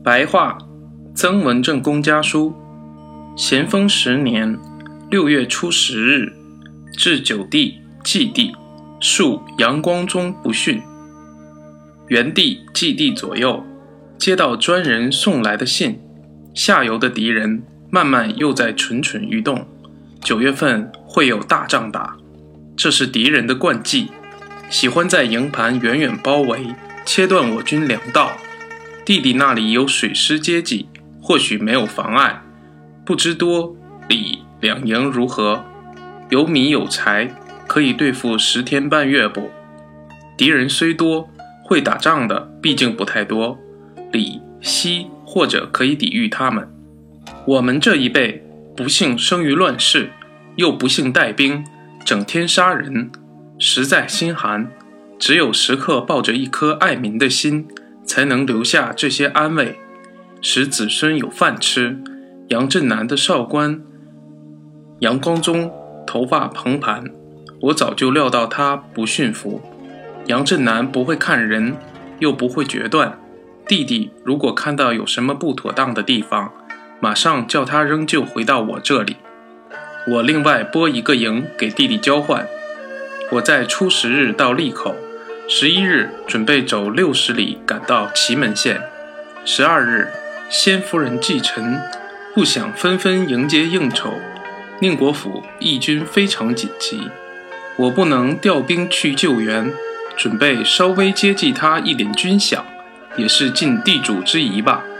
白话曾文正公家书，咸丰10年6月初10日，至九地祭地，述杨光宗不逊。元帝祭地左右，接到专人送来的信，下游的敌人慢慢又在蠢蠢欲动，9月份会有大仗打，这是敌人的惯技，喜欢在营盘远远包围，切断我军粮道。弟弟那里有水师接济，或许没有妨碍，不知多里两营如何？有米有柴，可以对付10天半月不？敌人虽多，会打仗的毕竟不太多，里西或者可以抵御他们。我们这一辈不幸生于乱世，又不幸带兵，整天杀人，实在心寒。只有时刻抱着一颗爱民的心，才能留下这些安慰，使子孙有饭吃。杨振南的少官杨光宗头发蓬盘，我早就料到他不驯服。杨振南不会看人，又不会决断。弟弟如果看到有什么不妥当的地方，马上叫他仍旧回到我这里。我另外拨一个营给弟弟交换。我在初10日到利口，11日准备走60里赶到祁门县。12日，先夫人忌晨，不想纷纷迎接应酬，宁国府义军非常紧急，我不能调兵去救援，准备稍微接济他一点军饷，也是尽地主之谊吧。